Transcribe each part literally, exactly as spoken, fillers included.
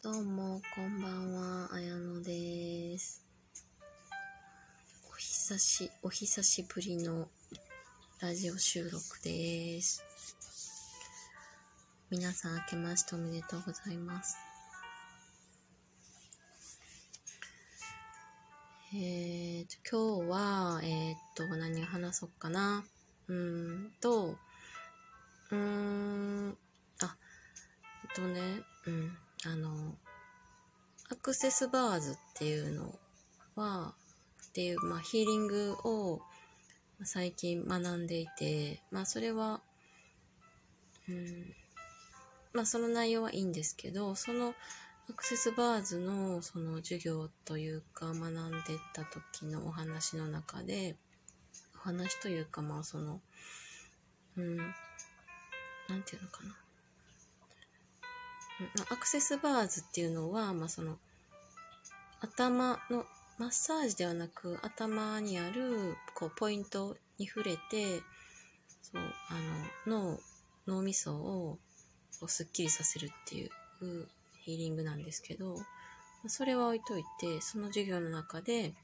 どうもこんばんは、あやのです。お久しお久しぶりのラジオ収録です。皆さん明けましておめでとうございます。えーと今日はえー、っと何を話そうかな。うーんとうーんあえっとねうんあのアクセスバーズっていうのはっていう、まあ、ヒーリングを最近学んでいて、まあそれは、うん、まあその内容はいいんですけど、そのアクセスバーズのその授業というか学んでた時のお話の中で、お話というかまあその、うん、なんていうのかな。アクセスバーズっていうのは、まあその頭のマッサージではなく頭にあるこうポイントに触れて、そうあの脳脳みそをこうすっきりさせるっていうヒーリングなんですけど、それは置いといて、その授業の中で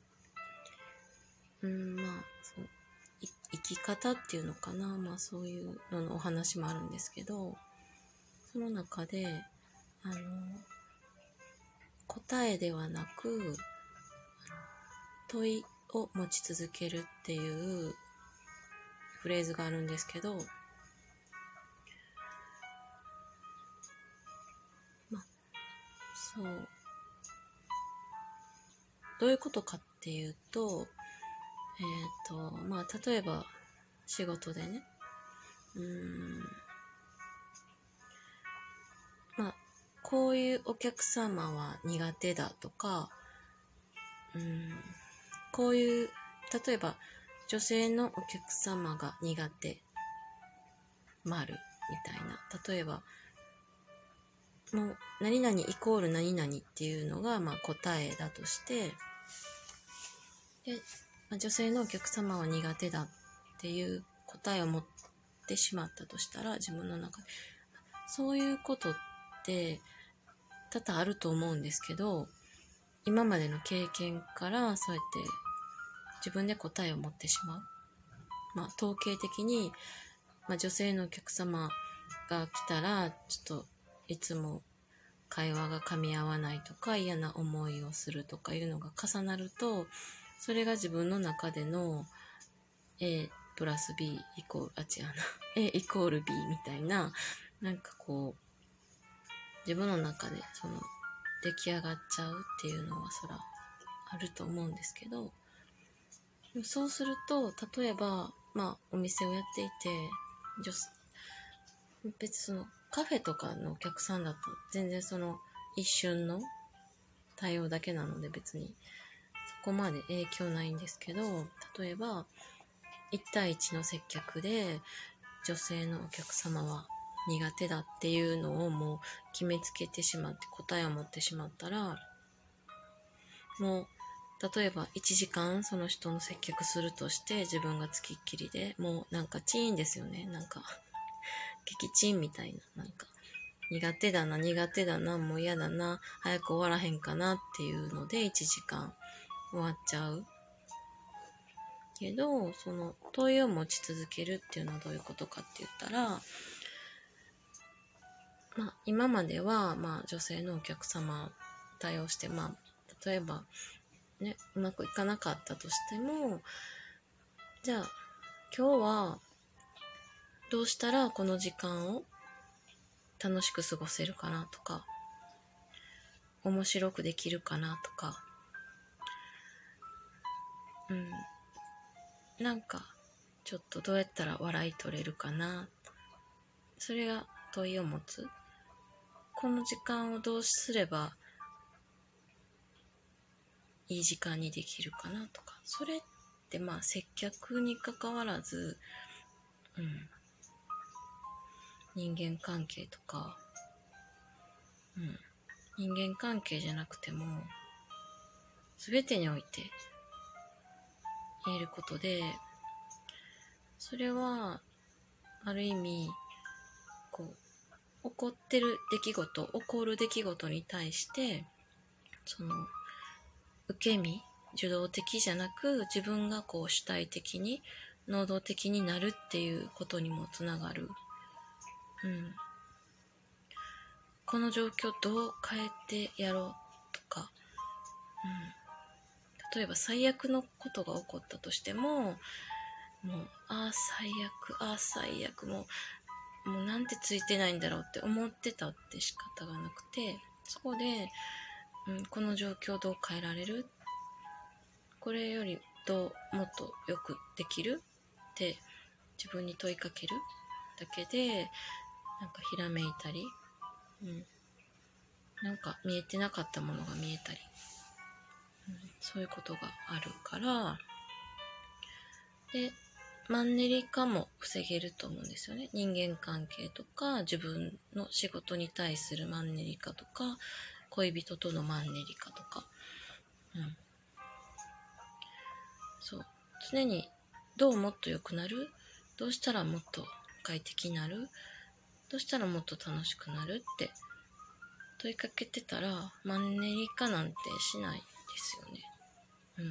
うんまあそう生き方っていうのかな、まあそういうののお話もあるんですけど、その中であの答えではなく問いを持ち続けるっていうフレーズがあるんですけど、まあそうどういうことかっていうと、えっとまあ例えば仕事でね、うーんまあこういうお客様は苦手だとか、うーんこういう例えば女性のお客様が苦手丸みたいな、例えばもう何々イコール何々っていうのがまあ答えだとして、で、まあ、女性のお客様は苦手だっていう答えを持ってしまったとしたら、自分の中でそういうことって多々あると思うんですけど、今までの経験からそうやって自分で答えを持ってしまう。まあ統計的に、まあ、女性のお客様が来たらちょっといつも会話が噛み合わないとか嫌な思いをするとかいうのが重なると、それが自分の中での A プラス B イコールあ違うな A イコール B みたいな、なんかこう自分の中でその出来上がっちゃうっていうのはそらあると思うんですけど、そうすると例えばまあお店をやっていて、別にそのカフェとかのお客さんだと全然その一瞬の対応だけなので別にそこまで影響ないんですけど、例えばいち対いちの接客で女性のお客様は苦手だっていうのをもう決めつけてしまって答えを持ってしまったら、もう例えばいちじかんその人の接客するとして自分がつきっきりで、もうなんかチーンですよね、なんか激チーンみたいな、なんか苦手だな苦手だなもう嫌だな早く終わらへんかなっていうのでいちじかん終わっちゃうけど、その問いを持ち続けるっていうのはどういうことかって言ったら、まあ今まではまあ女性のお客様対応して、まあ例えばねうまくいかなかったとしても、じゃあ今日はどうしたらこの時間を楽しく過ごせるかなとか、面白くできるかなとか、うんなんかちょっとどうやったら笑い取れるかな、それが問いを持つ。この時間をどうすればいい時間にできるかなとか、それってまあ接客に関わらず、うん、人間関係とか、うん、人間関係じゃなくても全てにおいて言えることで、それはある意味こう起こってる出来事、起こる出来事に対して、その、受け身、受動的じゃなく、自分がこう主体的に、能動的になるっていうことにもつながる。うん。この状況どう変えてやろうとか、うん。例えば最悪のことが起こったとしても、もう、ああ最悪、ああ最悪、もう、もうなんてついてないんだろうって思ってたって仕方がなくて、そこで、うん、この状況どう変えられる？これよりどうもっとよくできる？って自分に問いかけるだけで、なんかひらめいたり、うん、なんか見えてなかったものが見えたり、うん、そういうことがあるから、で、マンネリ化も防げると思うんですよね。人間関係とか、自分の仕事に対するマンネリ化とか、恋人とのマンネリ化とか、うん。そう。常にどうもっと良くなる？どうしたらもっと快適になる？どうしたらもっと楽しくなる？って問いかけてたら、マンネリ化なんてしないですよね。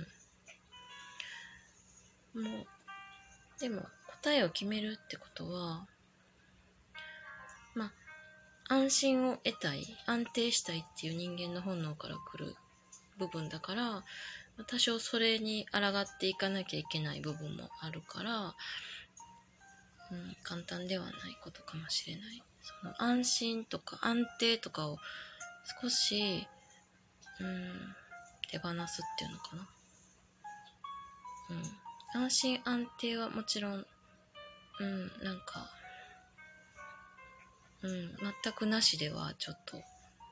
うん。もう、でも答えを決めるってことは、まあ、安心を得たい、安定したいっていう人間の本能から来る部分だから、多少それに抗っていかなきゃいけない部分もあるから、うん、簡単ではないことかもしれない。その安心とか安定とかを少し、うん、手放すっていうのかな。うん、安心安定はもちろん、うん、なんか、うん、全くなしではちょっと、うん、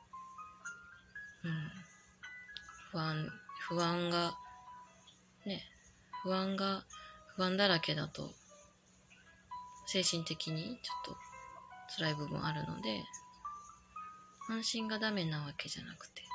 不安、不安が、ね、不安が、不安だらけだと、精神的にちょっと辛い部分あるので、安心がダメなわけじゃなくて、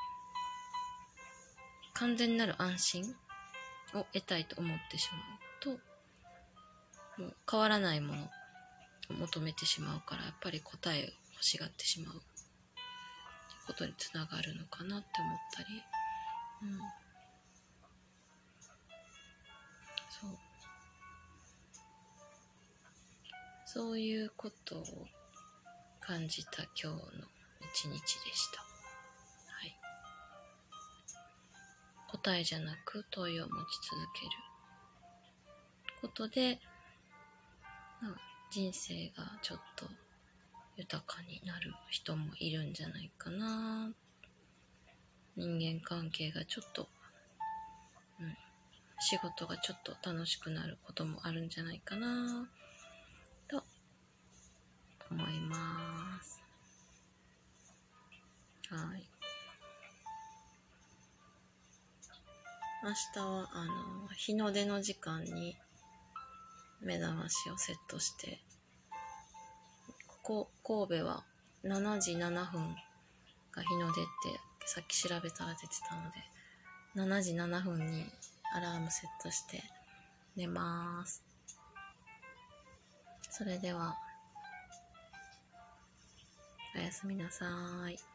完全なる安心を得たいと思ってしまうと、もう変わらないものを求めてしまうから、やっぱり答えを欲しがってしまうってことにつながるのかなって思ったり、うん、そうそういうことを感じた今日の一日でした。はい。答えじゃなく問いを持ち続けることで、まあ、人生がちょっと豊かになる人もいるんじゃないかな。人間関係がちょっと、うん、仕事がちょっと楽しくなることもあるんじゃないかなと思います。はい。明日はあの日の出の時間に目覚ましをセットして、ここ神戸はしちじななふんが日の出ってさっき調べたら出てたので、しちじななふんにアラームセットして寝ます。それではおやすみなさい。